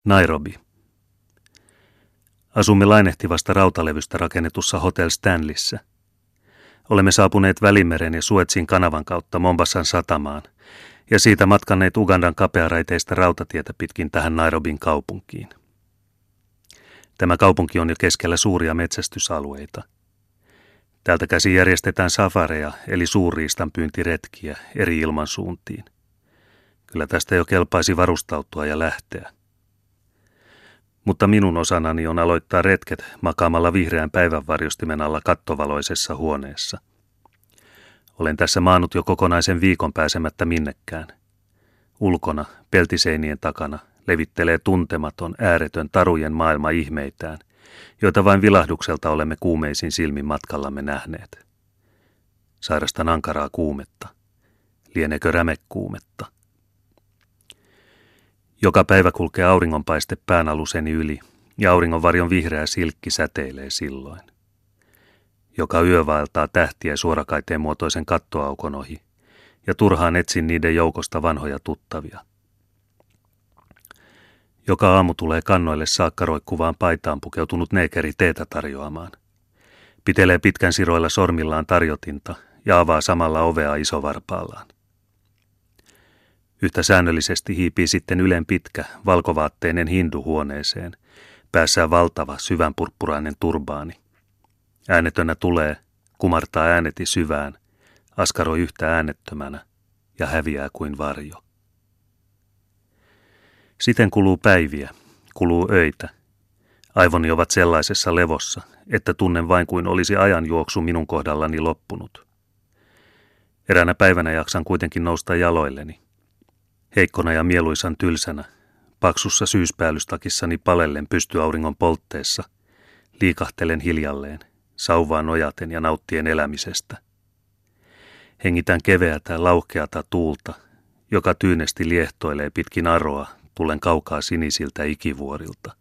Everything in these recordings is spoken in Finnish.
Nairobi. Asumme lainehtivasta rautalevystä rakennetussa Hotel Stanleyssä. Olemme saapuneet Välimeren ja Suezin kanavan kautta Mombasan satamaan ja siitä matkanneet Ugandan kapearaiteista rautatietä pitkin tähän Nairobin kaupunkiin. Tämä kaupunki on jo keskellä suuria metsästysalueita. Täältä käsin järjestetään safareja eli suurriistan pyyntiretkiä eri ilmansuuntiin. Kyllä tästä jo kelpaisi varustautua ja lähteä. Mutta minun osanani on aloittaa retket makaamalla vihreän päivänvarjostimen alla kattovaloisessa huoneessa. Olen tässä maannut jo kokonaisen viikon pääsemättä minnekään. Ulkona, peltiseinien takana, levittelee tuntematon, ääretön tarujen maailma ihmeitään, joita vain vilahdukselta olemme kuumeisin silmin matkallamme nähneet. Sairastan ankaraa kuumetta. Lieneekö rämekuumetta? Joka päivä kulkee auringonpaiste päänaluseni yli ja auringonvarjon vihreä silkki säteilee silloin. Joka yö vaeltaa tähtiä suorakaiteen muotoisen kattoaukon ohi ja turhaan etsin niiden joukosta vanhoja tuttavia. Joka aamu tulee kannoille saakka roikkuvaan paitaan pukeutunut neekeri teetä tarjoamaan. Pitelee pitkän siroilla sormillaan tarjotinta ja avaa samalla ovea isovarpaallaan. Yhtä säännöllisesti hiipii sitten ylen pitkä, valkovaatteinen hindu huoneeseen, päässään valtava, syvänpurppurainen turbaani. Äänetönnä tulee, kumartaa ääneti syvään, askaroi yhtä äänettömänä ja häviää kuin varjo. Siten kuluu päiviä, kuluu öitä. Aivoni ovat sellaisessa levossa, että tunnen vain kuin olisi ajanjuoksu minun kohdallani loppunut. Eräänä päivänä jaksan kuitenkin nousta jaloilleni. Heikkona ja mieluisan tylsänä, paksussa syyspäälystakissani palellen pystyauringon poltteessa, liikahtelen hiljalleen, sauvaan nojaten ja nauttien elämisestä. Hengitän keveätä, lauhkeata tuulta, joka tyynesti liehtoilee pitkin aroa, tullen kaukaa sinisiltä ikivuorilta.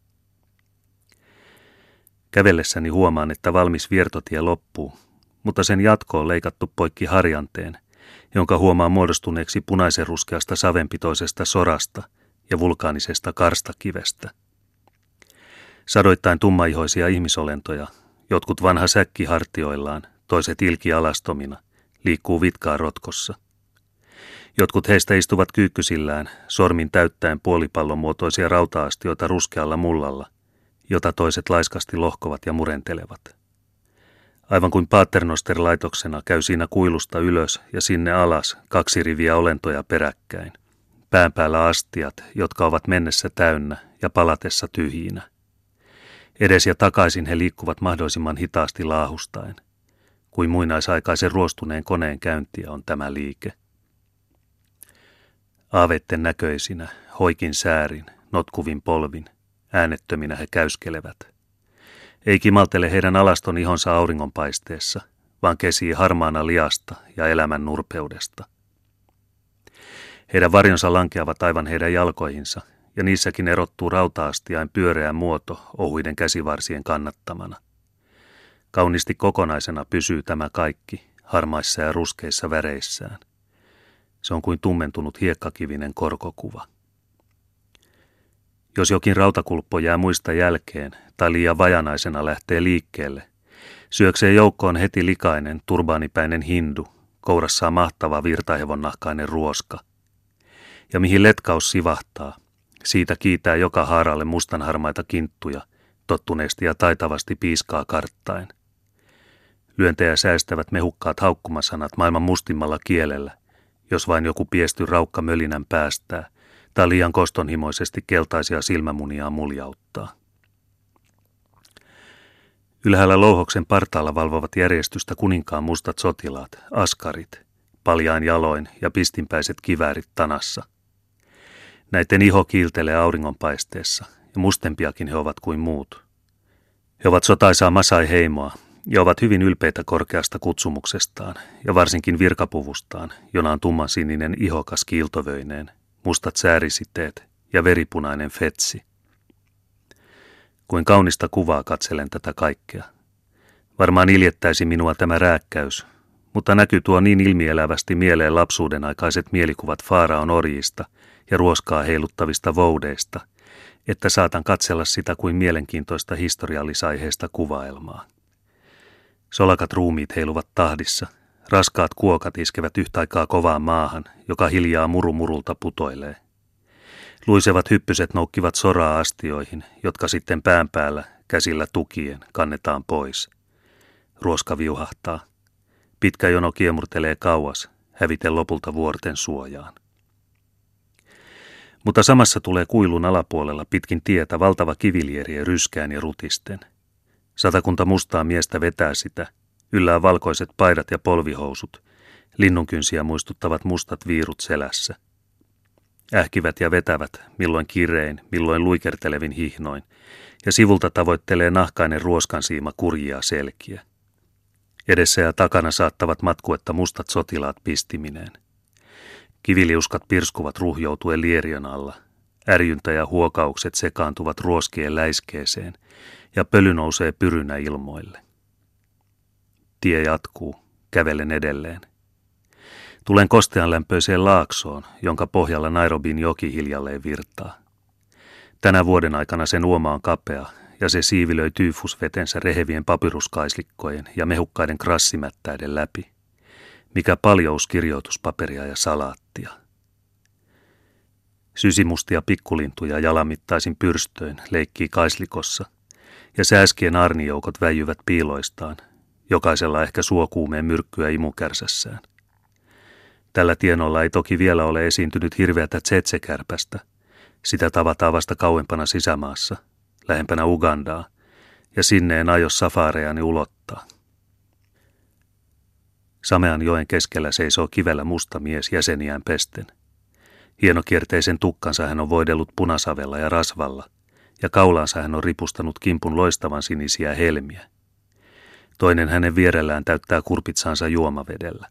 Kävellessäni huomaan, että valmis viertotie loppuu, mutta sen jatko on leikattu poikki harjanteen, jonka huomaa muodostuneeksi punaisen ruskeasta savenpitoisesta sorasta ja vulkaanisesta karstakivestä. Sadoittain tummaihoisia ihmisolentoja, jotkut vanha säkki hartioillaan, toiset ilki alastomina, liikkuu vitkaa rotkossa. Jotkut heistä istuvat kyykkysillään, sormin täyttäen puolipallon muotoisia rauta-astioita ruskealla mullalla, jota toiset laiskasti lohkovat ja murentelevat. Aivan kuin Paternoster-laitoksena käy siinä kuilusta ylös ja sinne alas 2 riviä olentoja peräkkäin. Pään päällä astiat, jotka ovat mennessä täynnä ja palatessa tyhjinä. Edes ja takaisin he liikkuvat mahdollisimman hitaasti laahustaen. Kuin muinaisaikaisen ruostuneen koneen käyntiä on tämä liike. Aaveitten näköisinä, hoikin säärin, notkuvin polvin, äänettöminä he käyskelevät. Ei kimaltele heidän alaston ihonsa auringonpaisteessa, vaan kesii harmaana liasta ja elämän nurpeudesta. Heidän varjonsa lankeavat aivan heidän jalkoihinsa, ja niissäkin erottuu rauta-astiain pyöreä muoto ohuiden käsivarsien kannattamana. Kauniisti kokonaisena pysyy tämä kaikki, harmaissa ja ruskeissa väreissään. Se on kuin tummentunut hiekkakivinen korkokuva. Jos jokin rautakulppo jää muista jälkeen tai liian vajanaisena lähtee liikkeelle, syöksee joukkoon heti likainen, turbaanipäinen hindu, kourassaan mahtava virtahevonnahkainen ruoska. Ja mihin letkaus sivahtaa, siitä kiitää joka haaralle mustanharmaita kinttuja, tottuneesti ja taitavasti piiskaa karttaen. Lyöntejä säästävät mehukkaat haukkumasanat maailman mustimmalla kielellä, jos vain joku piesty raukka mölinän päästää, tai liian kostonhimoisesti keltaisia silmämuniaan muljauttaa. Ylhäällä louhoksen partaalla valvovat järjestystä kuninkaan mustat sotilaat, askarit, paljain jaloin ja pistinpäiset kiväärit tanassa. Näiden iho kiiltelee auringonpaisteessa, ja mustempiakin he ovat kuin muut. He ovat sotaisaa Masai-heimoa, ja ovat hyvin ylpeitä korkeasta kutsumuksestaan, ja varsinkin virkapuvustaan, jona on tummansininen ihokas kiiltovöineen, mustat säärisiteet ja veripunainen fetsi. Kuin kaunista kuvaa katselen tätä kaikkea. Varmaan iljettäisi minua tämä rääkkäys, mutta näkyy tuo niin ilmielävästi mieleen lapsuuden aikaiset mielikuvat Faaraon orjista ja ruoskaa heiluttavista voudeista, että saatan katsella sitä kuin mielenkiintoista historiallisaiheesta kuvaelmaa. Solakat ruumiit heiluvat tahdissa, raskaat kuokat iskevät yhtä aikaa kovaan maahan, joka hiljaa murumurulta putoilee. Luisevat hyppyset noukkivat soraa astioihin, jotka sitten pään päällä, käsillä tukien, kannetaan pois. Ruoska viuhahtaa. Pitkä jono kiemurtelee kauas, häviten lopulta vuorten suojaan. Mutta samassa tulee kuilun alapuolella pitkin tietä valtava kivilieri ryskään ja rutisten. 100 mustaa miestä vetää sitä, yllään valkoiset paidat ja polvihousut, linnunkynsiä muistuttavat mustat viirut selässä. Ähkivät ja vetävät, milloin kirein, milloin luikertelevin hihnoin, ja sivulta tavoittelee nahkainen ruoskansiima kurjia selkiä. Edessä ja takana saattavat matkuetta mustat sotilaat pistimineen. Kiviliuskat pirskuvat ruhjoutuen lieriön alla. Ärjyntä ja huokaukset sekaantuvat ruoskien läiskeeseen, ja pöly nousee pyrynä ilmoille. Tie jatkuu, kävelen edelleen. Tulen kosteanlämpöiseen laaksoon, jonka pohjalla Nairobin joki hiljalleen virtaa. Tänä vuoden aikana sen uoma on kapea, ja se siivilöi tyyfusvetensä rehevien papyruskaislikkojen ja mehukkaiden krassimättäiden läpi. Mikä paljous kirjoituspaperia ja salaattia. Sysimustia pikkulintuja jalamittaisin pyrstöin leikkii kaislikossa, ja sääskien arnijoukot väijyvät piiloistaan, jokaisella ehkä suokuumeen myrkkyä imukärsässään. Tällä tienolla ei toki vielä ole esiintynyt hirveätä tsetsekärpästä. Sitä tavataan vasta kauempana sisämaassa, lähempänä Ugandaa, ja sinne en aio safaareani ulottaa. Samean joen keskellä seisoo kivellä musta mies jäseniään pesten. Hienokierteisen tukkansa hän on voidellut punasavella ja rasvalla, ja kaulaansa hän on ripustanut kimpun loistavan sinisiä helmiä. Toinen hänen vierellään täyttää kurpitsaansa juomavedellä.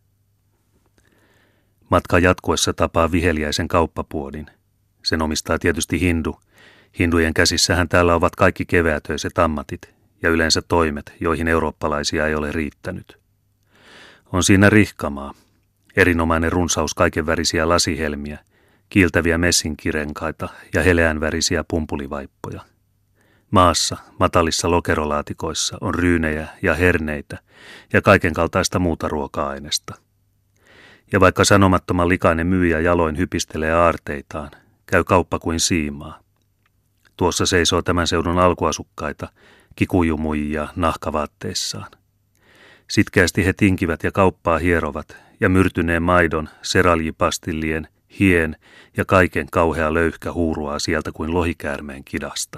Matka jatkuessa tapaa viheliäisen kauppapuodin. Sen omistaa tietysti hindu. Hindujen käsissähän täällä ovat kaikki kevätöiset ammatit ja yleensä toimet, joihin eurooppalaisia ei ole riittänyt. On siinä rihkamaa, erinomainen runsaus kaikenvärisiä lasihelmiä, kiiltäviä messinkirenkaita ja heleänvärisiä pumpulivaippoja. Maassa, matalissa lokerolaatikoissa on ryynejä ja herneitä ja kaikenkaltaista muuta ruoka-ainesta. Ja vaikka sanomattoman likainen myyjä jaloin hypistelee aarteitaan, käy kauppa kuin siimaa. Tuossa seisoo tämän seudun alkuasukkaita, kikujumuijia nahkavaatteissaan. Sitkeästi he tinkivät ja kauppaa hierovat, ja myrtyneen maidon, seraljipastillien, hien ja kaiken kauhea löyhkä huuruaa sieltä kuin lohikäärmeen kidasta.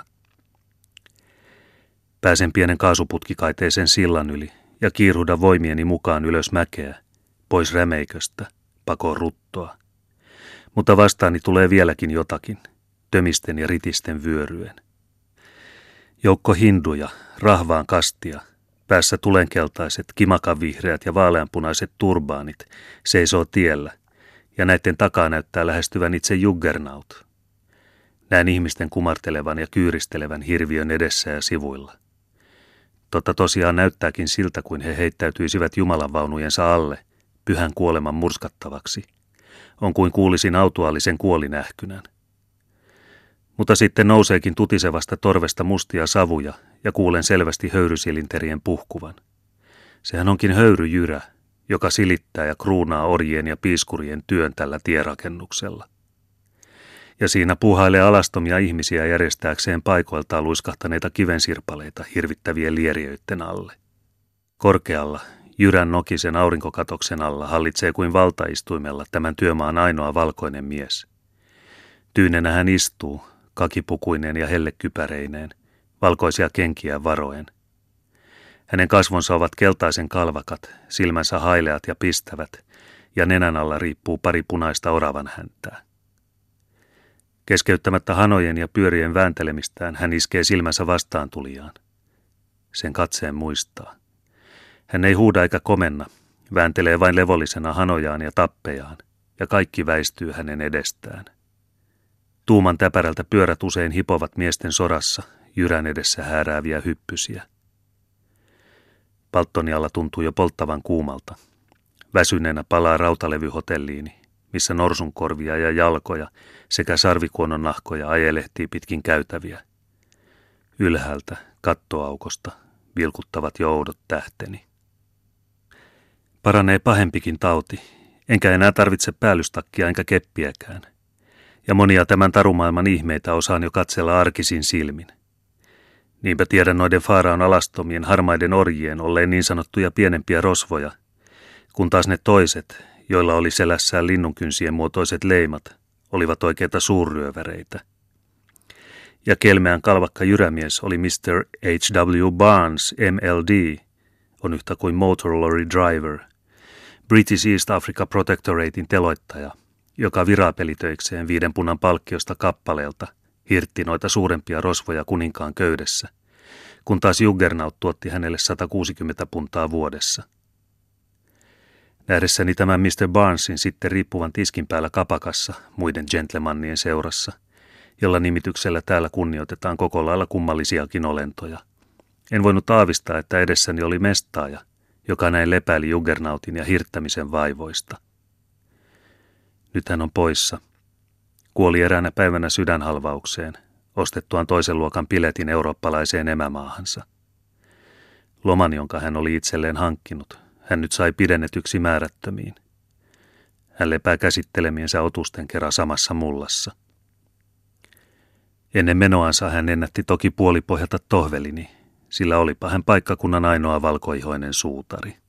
Pääsen pienen kaasuputkikaiteisen sillan yli ja kiiruhdan voimieni mukaan ylös mäkeä, pois rämeiköstä, pakoon ruttoa. Mutta vastaani tulee vieläkin jotakin, tömisten ja ritisten vyöryen. Joukko hinduja, rahvaan kastia, päässä tulenkeltaiset, kimakanvihreät ja vaaleanpunaiset turbaanit seisoo tiellä, ja näiden takaa näyttää lähestyvän itse Juggernaut. Näen ihmisten kumartelevan ja kyyristelevän hirviön edessä ja sivuilla. Totta tosiaan näyttääkin siltä, kuin he heittäytyisivät Jumalan vaunujensa alle, pyhän kuoleman murskattavaksi. On kuin kuulisin autuaalisen kuolinähkynän. Mutta sitten nouseekin tutisevasta torvesta mustia savuja ja kuulen selvästi höyrysilinterien puhkuvan. Sehän onkin höyryjyrä, joka silittää ja kruunaa orjien ja piiskurien työn tällä tierakennuksella. Ja siinä puhailee alastomia ihmisiä järjestääkseen paikoiltaan luiskahtaneita kivensirpaleita hirvittävien lieriöiden alle. Korkealla, jyrän nokisen aurinkokatoksen alla hallitsee kuin valtaistuimella tämän työmaan ainoa valkoinen mies. Tyynenä hän istuu, kakipukuineen ja hellekypäreineen, valkoisia kenkiä varoen. Hänen kasvonsa ovat keltaisen kalvakat, silmänsä haileat ja pistävät, ja nenän alla riippuu pari punaista oravan häntää. Keskeyttämättä hanojen ja pyörien vääntelemistään hän iskee silmänsä vastaan tulijaan. Sen katseen muistaa. Hän ei huuda eikä komenna, vääntelee vain levollisena hanojaan ja tappejaan, ja kaikki väistyy hänen edestään. Tuuman täpärältä pyörät usein hipovat miesten sorassa, jyrän edessä häärääviä hyppysiä. Palttoni alla tuntuu jo polttavan kuumalta. Väsyneenä palaa rautalevyhotelliini, missä norsunkorvia ja jalkoja sekä sarvikuonon nahkoja ajelehtii pitkin käytäviä. Ylhäältä, kattoaukosta, vilkuttavat jo oudot tähteni. Paranee pahempikin tauti, enkä enää tarvitse päällystakkia enkä keppiäkään. Ja monia tämän tarumaailman ihmeitä osaan jo katsella arkisin silmin. Niinpä tiedän noiden Faaraon alastomien harmaiden orjien olleen niin sanottuja pienempiä rosvoja, kun taas ne toiset, joilla oli selässään linnunkynsien muotoiset leimat, olivat oikeita suurryöväreitä. Ja kelmeän kalvakka jyrämies oli Mr. H.W. Barnes, MLD, on yhtä kuin Motor Lorry Driver, British East Africa Protectoratein teloittaja, joka virapelitöikseen 5 punnan palkkiosta kappaleelta hirtti noita suurempia rosvoja kuninkaan köydessä, kun taas Juggernaut tuotti hänelle 160 puntaa vuodessa. Nähdessäni tämän Mr. Barnesin sitten riippuvan tiskin päällä kapakassa muiden gentlemannien seurassa, jolla nimityksellä täällä kunnioitetaan koko lailla kummallisiakin olentoja. En voinut aavistaa, että edessäni oli mestaaja, joka näin lepäili Juggernautin ja hirttämisen vaivoista. Nyt hän on poissa. Kuoli eräänä päivänä sydänhalvaukseen, ostettuaan toisen luokan piletin eurooppalaiseen emämaahansa. Loman, jonka hän oli itselleen hankkinut, hän nyt sai pidennetyksi määrättömiin. Hän lepää käsittelemiensä otusten kerran samassa mullassa. Ennen menoansa hän ennätti toki puolipohjata tohvelini, sillä olipa hän paikkakunnan ainoa valkoihoinen suutari.